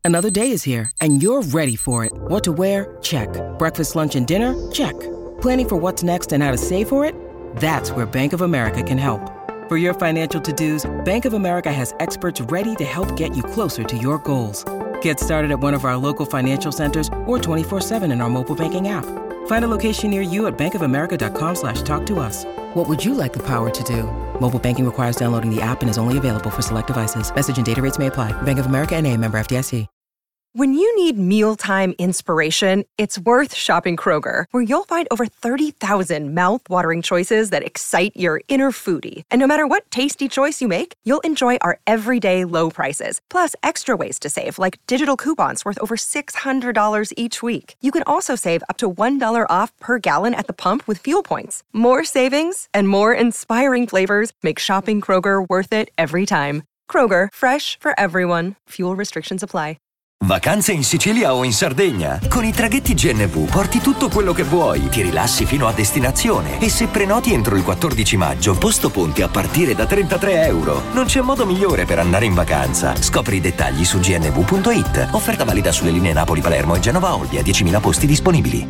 Another day is here, and you're ready for it. What to wear? Check. Breakfast, lunch, and dinner? Check. Planning for what's next and how to save for it? That's where Bank of America can help. For your financial to-dos, Bank of America has experts ready to help get you closer to your goals. Get started at one of our local financial centers or 24/7 in our mobile banking app. Find a location near you at bankofamerica.com/talktous. What would you like the power to do? Mobile banking requires downloading the app and is only available for select devices. Message and data rates may apply. Bank of America N.A., member FDIC. When you need mealtime inspiration, it's worth shopping Kroger, where you'll find over 30,000 mouth-watering choices that excite your inner foodie. And no matter what tasty choice you make, you'll enjoy our everyday low prices, plus extra ways to save, like digital coupons worth over $600 each week. You can also save up to $1 off per gallon at the pump with fuel points. More savings and more inspiring flavors make shopping Kroger worth it every time. Kroger, fresh for everyone. Fuel restrictions apply. Vacanze in Sicilia o in Sardegna. Con i traghetti GNV porti tutto quello che vuoi, ti rilassi fino a destinazione e se prenoti entro il 14 maggio, posto ponti a partire da €33. Non c'è modo migliore per andare in vacanza. Scopri i dettagli su gnv.it. Offerta valida sulle linee Napoli-Palermo e Genova-Olbia, 10.000 posti disponibili.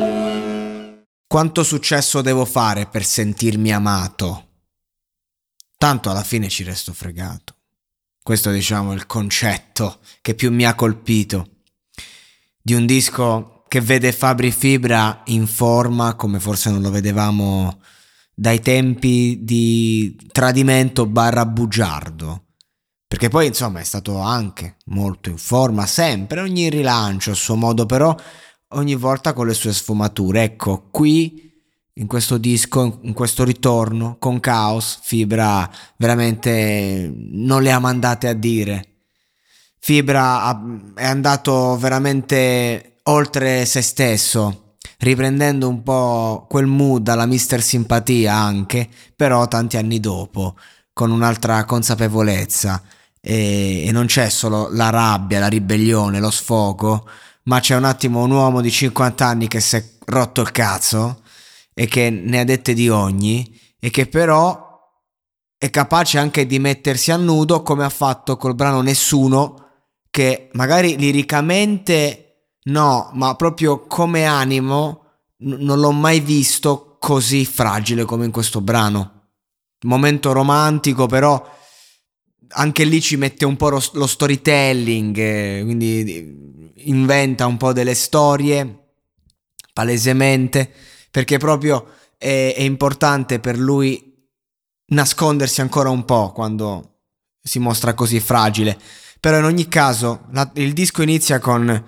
Quanto successo devo fare per sentirmi amato? Tanto alla fine ci resto fregato. Questo, diciamo, è il concetto che più mi ha colpito di un disco che vede Fabri Fibra in forma come forse non lo vedevamo dai tempi di Tradimento / Bugiardo, perché poi insomma è stato anche molto in forma sempre, ogni rilancio a suo modo, però ogni volta con le sue sfumature. Ecco, qui in questo disco, in questo ritorno con Caos, Fibra veramente non le ha mandate a dire. Fibra è andato veramente oltre se stesso, riprendendo un po' quel mood alla Mister Simpatia anche, però tanti anni dopo, con un'altra consapevolezza, e non c'è solo la rabbia, la ribellione, lo sfogo, ma c'è un attimo un uomo di 50 anni che si è rotto il cazzo e che ne ha dette di ogni, e che però è capace anche di mettersi a nudo, come ha fatto col brano Nessuno, che magari liricamente no, ma proprio come animo non l'ho mai visto così fragile come in questo brano. Momento romantico, però anche lì ci mette un po' lo storytelling, quindi inventa un po' delle storie palesemente, perché proprio è importante per lui nascondersi ancora un po' quando si mostra così fragile. Però in ogni caso il disco inizia con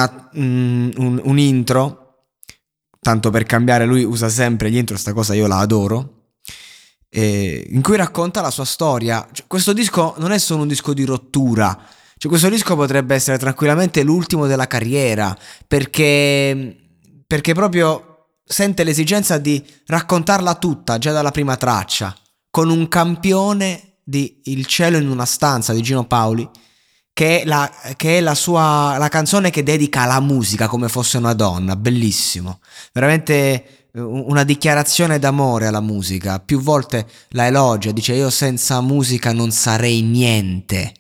un intro, tanto per cambiare, lui usa sempre gli intro, sta cosa io la adoro, in cui racconta la sua storia. Cioè, questo disco non è solo un disco di rottura, cioè, questo disco potrebbe essere tranquillamente l'ultimo della carriera, perché proprio sente l'esigenza di raccontarla tutta già dalla prima traccia, con un campione di Il cielo in una stanza di Gino Paoli, che è la canzone che dedica alla musica come fosse una donna. Bellissimo, veramente una dichiarazione d'amore alla musica. Più volte la elogia, dice: io senza musica non sarei niente.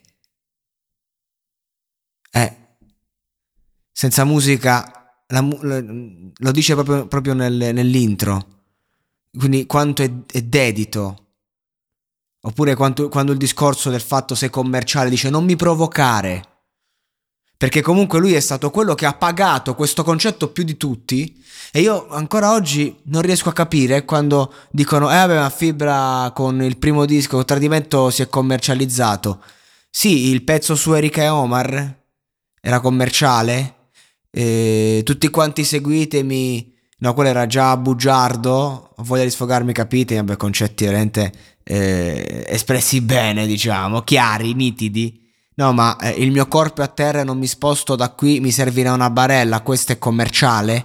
Senza musica, lo dice proprio nell'intro, quindi quanto è dedito. Oppure quando il discorso del fatto sei commerciale, dice: non mi provocare, perché comunque lui è stato quello che ha pagato questo concetto più di tutti. E io ancora oggi non riesco a capire quando dicono: vabbè, ma Fibra con il primo disco Tradimento si è commercializzato. Sì, il pezzo su Erika e Omar era commerciale, tutti quanti seguitemi, no, quello era già bugiardo, ho voglia di sfogarmi, capite? Vabbè, concetti veramente espressi bene, diciamo, chiari, nitidi. No, ma il mio corpo è a terra e non mi sposto da qui, mi servirà una barella, questo è commerciale?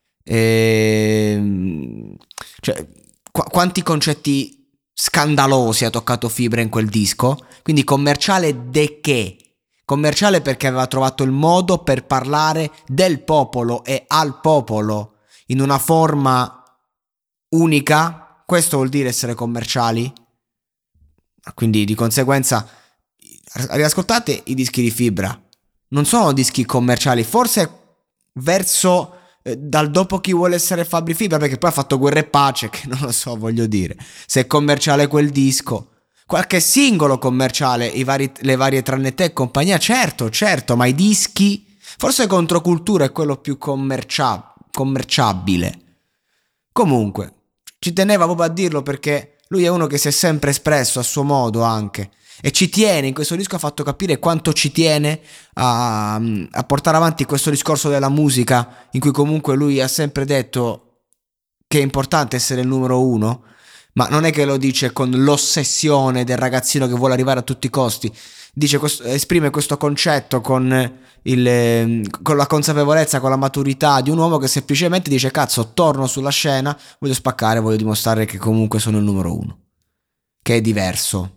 Cioè, quanti concetti scandalosi ha toccato Fibra in quel disco? Quindi commerciale de che? Commerciale perché aveva trovato il modo per parlare del popolo e al popolo in una forma unica. Questo vuol dire essere commerciali? Quindi di conseguenza riascoltate i dischi di Fibra non sono dischi commerciali, forse verso dal dopo Chi vuole essere Fabri Fibra, perché poi ha fatto Guerra e Pace, che non lo so, voglio dire, se è commerciale quel disco. Qualche singolo commerciale, le varie Tranne te e compagnia, certo, ma i dischi, forse Controcultura è quello più commerciabile. Comunque, ci teneva proprio a dirlo perché lui è uno che si è sempre espresso a suo modo anche, e ci tiene, in questo disco ha fatto capire quanto ci tiene a portare avanti questo discorso della musica, in cui comunque lui ha sempre detto che è importante essere il numero uno, ma non è che lo dice con l'ossessione del ragazzino che vuole arrivare a tutti i costi. Dice esprime questo concetto con la consapevolezza, con la maturità di un uomo che semplicemente dice: cazzo, torno sulla scena, voglio spaccare, voglio dimostrare che comunque sono il numero uno, che è diverso.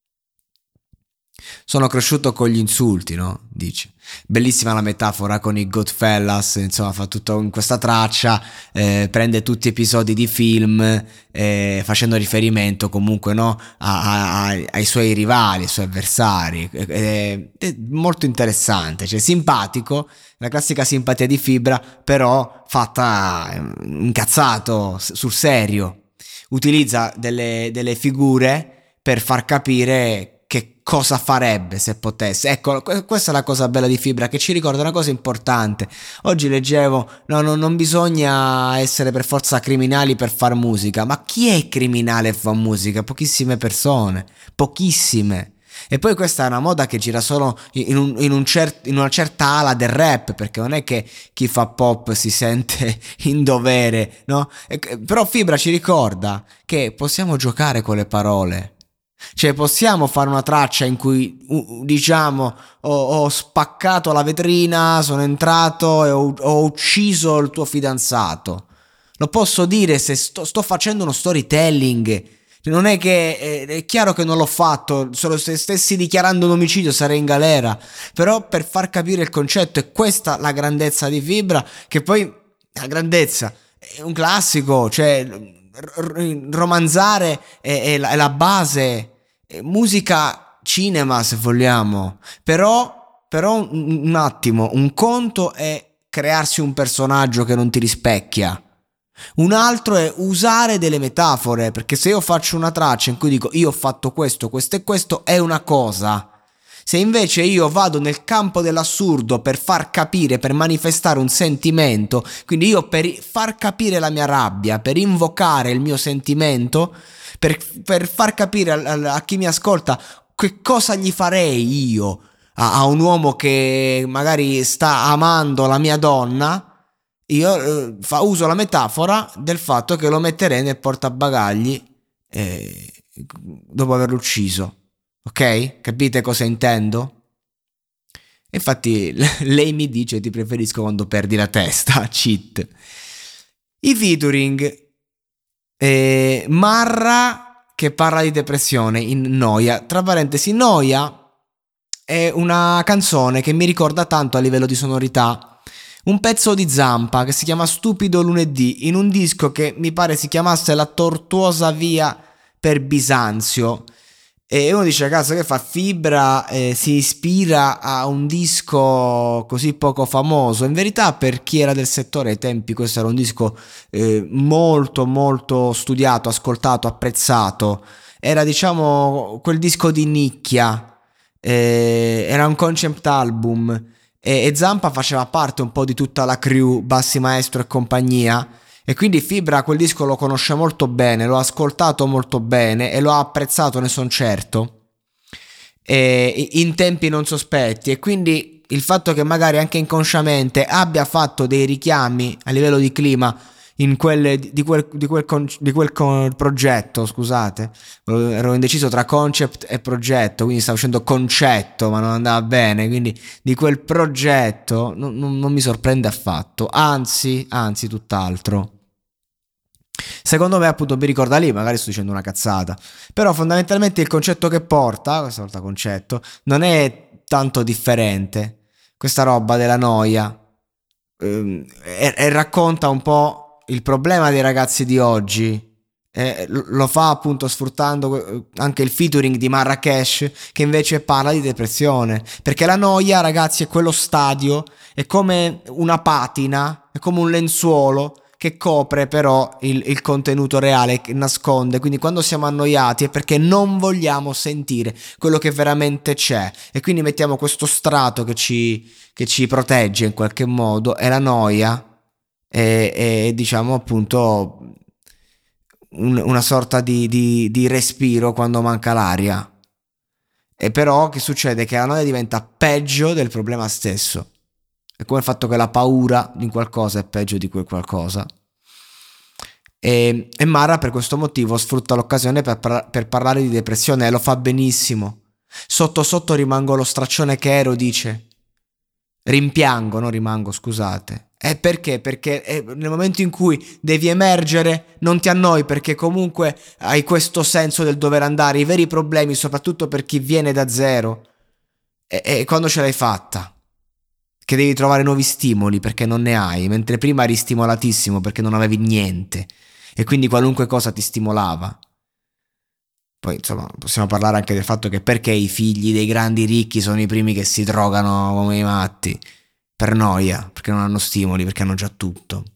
Sono cresciuto con gli insulti, no? Dice. Bellissima la metafora con i Goodfellas, insomma, fa tutto in questa traccia, prende tutti episodi di film, facendo riferimento comunque, no, ai suoi rivali, ai suoi avversari. È molto interessante, cioè simpatico, la classica simpatia di Fibra, però fatta incazzato, sul serio. Utilizza delle figure per far capire che cosa farebbe se potesse. Ecco, questa è la cosa bella di Fibra, che ci ricorda una cosa importante. Oggi leggevo, non bisogna essere per forza criminali per far musica. Ma chi è criminale e fa musica? Pochissime persone, pochissime. E poi questa è una moda che gira solo in una certa ala del rap, perché non è che chi fa pop si sente in dovere, no? Però Fibra ci ricorda che possiamo giocare con le parole. Cioè possiamo fare una traccia in cui diciamo ho spaccato la vetrina, sono entrato e ho ucciso il tuo fidanzato. Lo posso dire se sto facendo uno storytelling. Non è che è chiaro che non l'ho fatto, solo se stessi dichiarando un omicidio sarei in galera. Però per far capire il concetto, è questa la grandezza di Fibra, che poi la grandezza è un classico, cioè romanzare è la base, musica, cinema se vogliamo, però un attimo, un conto è crearsi un personaggio che non ti rispecchia, un altro è usare delle metafore, perché se io faccio una traccia in cui dico io ho fatto questo e questo è una cosa. Se invece io vado nel campo dell'assurdo per far capire, per manifestare un sentimento, quindi io per far capire la mia rabbia, per invocare il mio sentimento, per far capire a chi mi ascolta che cosa gli farei io a un uomo che magari sta amando la mia donna, io uso la metafora del fatto che lo metterei nel portabagagli dopo averlo ucciso. Ok? Capite cosa intendo? Infatti lei mi dice ti preferisco quando perdi la testa. Cheat. I featuring, Marra che parla di depressione in Noia. Tra parentesi, Noia è una canzone che mi ricorda tanto a livello di sonorità un pezzo di Zampa che si chiama Stupido lunedì, in un disco che mi pare si chiamasse La tortuosa via per Bisanzio. E uno dice, cazzo, che fa? Fibra si ispira a un disco così poco famoso. In verità, per chi era del settore ai tempi, questo era un disco molto molto studiato, ascoltato, apprezzato. Era, diciamo, quel disco di nicchia, era un concept album, e Zampa faceva parte un po' di tutta la crew, Bassi Maestro e compagnia. E quindi Fibra quel disco lo conosce molto bene, l'ho ascoltato molto bene e lo ha apprezzato, ne son certo, in tempi non sospetti. E quindi il fatto che magari anche inconsciamente abbia fatto dei richiami a livello di clima di quel progetto, scusate, ero indeciso tra concept e progetto, quindi stavo facendo concetto ma non andava bene, quindi di quel progetto non mi sorprende affatto, anzi tutt'altro. Secondo me, appunto, mi ricorda lì, magari sto dicendo una cazzata, però fondamentalmente il concetto che porta, questa volta concetto, non è tanto differente. Questa roba della noia e racconta un po' il problema dei ragazzi di oggi, lo fa appunto sfruttando anche il featuring di Marracash, che invece parla di depressione, perché la noia, ragazzi, è quello stadio, è come una patina, è come un lenzuolo che copre però il contenuto reale, che nasconde. Quindi quando siamo annoiati è perché non vogliamo sentire quello che veramente c'è, e quindi mettiamo questo strato che ci protegge in qualche modo, è la noia, e diciamo appunto una sorta di respiro quando manca l'aria. E però che succede? Che la noia diventa peggio del problema stesso. È come il fatto che la paura di qualcosa è peggio di quel qualcosa. E Mara per questo motivo sfrutta l'occasione per parlare di depressione, e lo fa benissimo. Sotto sotto rimango lo straccione che ero, dice. Rimpiango, non rimango, scusate. E perché? Perché nel momento in cui devi emergere non ti annoi, perché comunque hai questo senso del dover andare. I veri problemi, soprattutto per chi viene da zero, e quando ce l'hai fatta, che devi trovare nuovi stimoli perché non ne hai, mentre prima eri stimolatissimo perché non avevi niente, e quindi qualunque cosa ti stimolava. Poi insomma possiamo parlare anche del fatto che perché i figli dei grandi ricchi sono i primi che si drogano come i matti. Per noia, perché non hanno stimoli, perché hanno già tutto.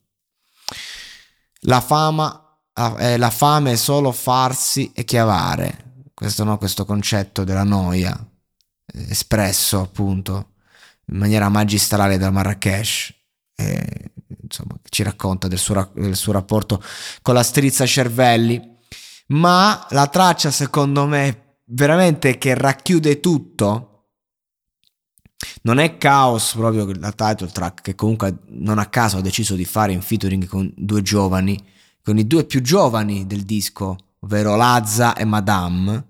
La fame è solo farsi e chiavare. Questo concetto della noia, espresso appunto in maniera magistrale da Marracash, insomma, ci racconta del suo rapporto con la strizza cervelli. Ma la traccia, secondo me, veramente che racchiude tutto, non è Chaos, proprio la title track, che comunque non a caso ha deciso di fare in featuring con due giovani, con i due più giovani del disco, ovvero Lazza e Madame,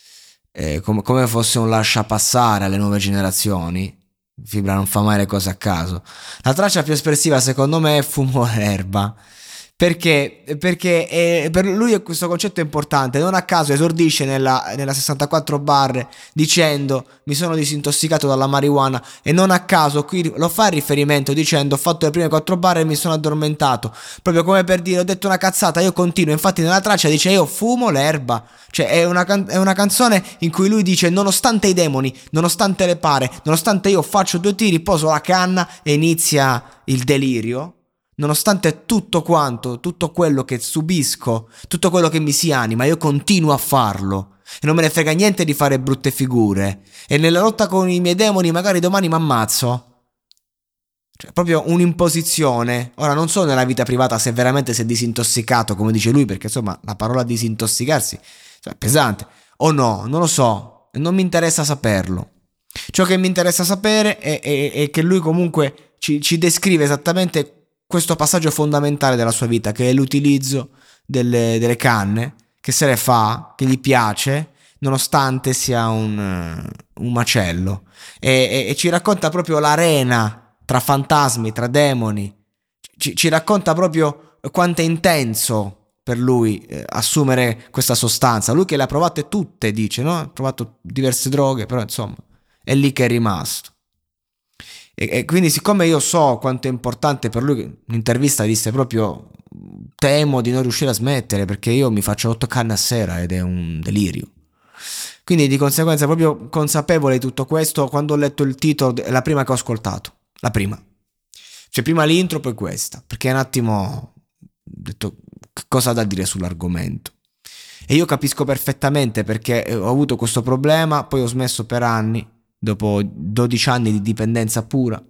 come fosse un lasciapassare alle nuove generazioni. Fibra non fa mai le cose a caso. La traccia più espressiva secondo me è Fumo l'erba, perché per lui questo concetto è importante. Non a caso esordisce nella 64 bar dicendo mi sono disintossicato dalla marijuana, e non a caso qui lo fa il riferimento dicendo ho fatto le prime 4 bar e mi sono addormentato, proprio come per dire ho detto una cazzata, io continuo. Infatti nella traccia dice io fumo l'erba, cioè è una canzone in cui lui dice nonostante i demoni, nonostante le pare, nonostante io faccio 2 tiri, poso la canna e inizia il delirio. Nonostante tutto quanto, tutto quello che subisco, tutto quello che mi si anima, io continuo a farlo e non me ne frega niente di fare brutte figure, e nella lotta con i miei demoni magari domani mi ammazzo. Cioè proprio un'imposizione. Ora non so nella vita privata se veramente si è disintossicato come dice lui, perché insomma la parola disintossicarsi è pesante, o no, non lo so, non mi interessa saperlo. Ciò che mi interessa sapere è che lui comunque ci descrive esattamente questo passaggio fondamentale della sua vita, che è l'utilizzo delle canne, che se le fa, che gli piace, nonostante sia un macello, e ci racconta proprio l'arena tra fantasmi, tra demoni, ci racconta proprio quanto è intenso per lui assumere questa sostanza. Lui che le ha provate tutte, dice, no? Ha provato diverse droghe, però insomma è lì che è rimasto. E quindi siccome io so quanto è importante per lui, in un'intervista disse proprio temo di non riuscire a smettere perché io mi faccio 8 canne a sera ed è un delirio. Quindi di conseguenza, proprio consapevole di tutto questo, quando ho letto il titolo è la prima che ho ascoltato, la prima, cioè prima l'intro poi questa, perché un attimo ho detto che cosa ha da dire sull'argomento. E io capisco perfettamente, perché ho avuto questo problema, poi ho smesso per anni dopo 12 anni di dipendenza pura,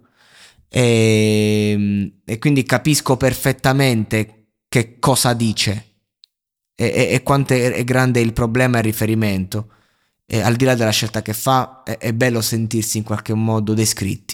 e quindi capisco perfettamente che cosa dice e quanto è grande il problema e il riferimento, e al di là della scelta che fa è bello sentirsi in qualche modo descritti.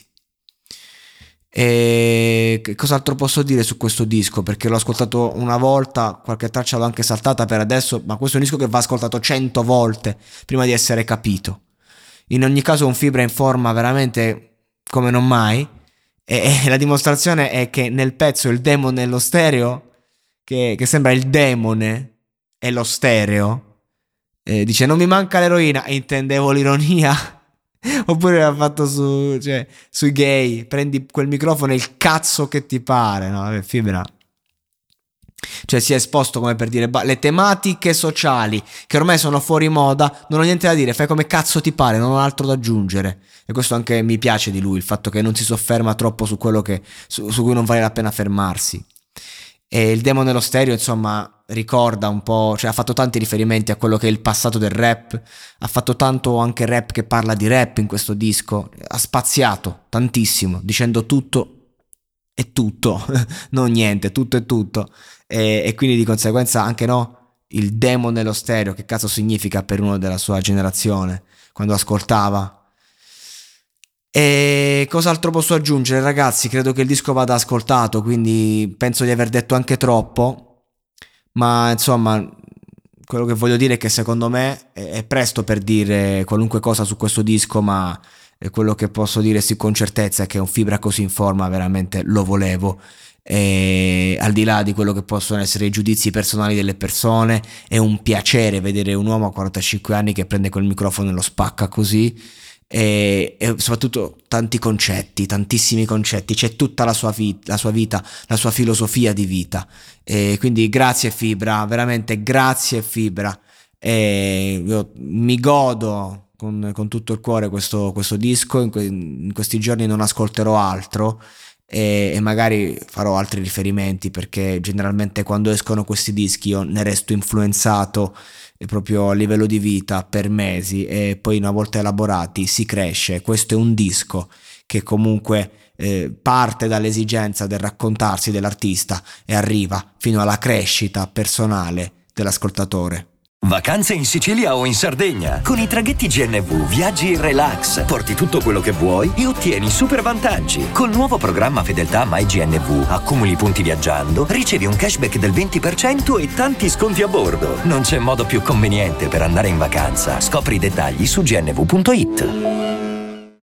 E che cos'altro posso dire su questo disco, perché l'ho ascoltato una volta, qualche traccia l'ho anche saltata per adesso, ma questo è un disco che va ascoltato 100 volte prima di essere capito. In ogni caso un Fibra in forma veramente come non mai, e la dimostrazione è che nel pezzo il demone e lo stereo, che sembra il demone e lo stereo, dice non mi manca l'eroina, e intendevo l'ironia. Oppure l'ha fatto sui gay, prendi quel microfono e il cazzo che ti pare, no? Fibra Cioè si è esposto, come per dire, le tematiche sociali che ormai sono fuori moda, non ho niente da dire, fai come cazzo ti pare, non ho altro da aggiungere. E questo anche mi piace di lui, il fatto che non si sofferma troppo su quello su cui non vale la pena fermarsi. E il Demo nello stereo, insomma, ricorda un po', cioè ha fatto tanti riferimenti a quello che è il passato del rap, ha fatto tanto anche rap che parla di rap in questo disco, ha spaziato tantissimo, dicendo tutto e tutto, non niente, tutto e tutto, e quindi di conseguenza anche il Demo nello stereo, che cazzo significa per uno della sua generazione, quando ascoltava. E cos'altro posso aggiungere, ragazzi? Credo che il disco vada ascoltato, quindi penso di aver detto anche troppo, ma insomma quello che voglio dire è che secondo me è presto per dire qualunque cosa su questo disco, ma quello che posso dire sì con certezza è che un Fibra così in forma veramente lo volevo, e al di là di quello che possono essere i giudizi personali delle persone, è un piacere vedere un uomo a 45 anni che prende quel microfono e lo spacca così. E soprattutto tanti concetti, tantissimi concetti, c'è tutta la sua vita, la sua filosofia di vita, e quindi grazie Fibra, veramente grazie Fibra, e io mi godo con tutto il cuore questo disco. In questi giorni non ascolterò altro e magari farò altri riferimenti, perché generalmente quando escono questi dischi io ne resto influenzato proprio a livello di vita per mesi, e poi una volta elaborati si cresce. Questo è un disco che comunque parte dall'esigenza del raccontarsi dell'artista e arriva fino alla crescita personale dell'ascoltatore. Vacanze in Sicilia o in Sardegna. Con i traghetti GNV viaggi in relax, porti tutto quello che vuoi e ottieni super vantaggi. Col nuovo programma Fedeltà MyGNV accumuli punti viaggiando, ricevi un cashback del 20% e tanti sconti a bordo. Non c'è modo più conveniente per andare in vacanza. Scopri i dettagli su gnv.it.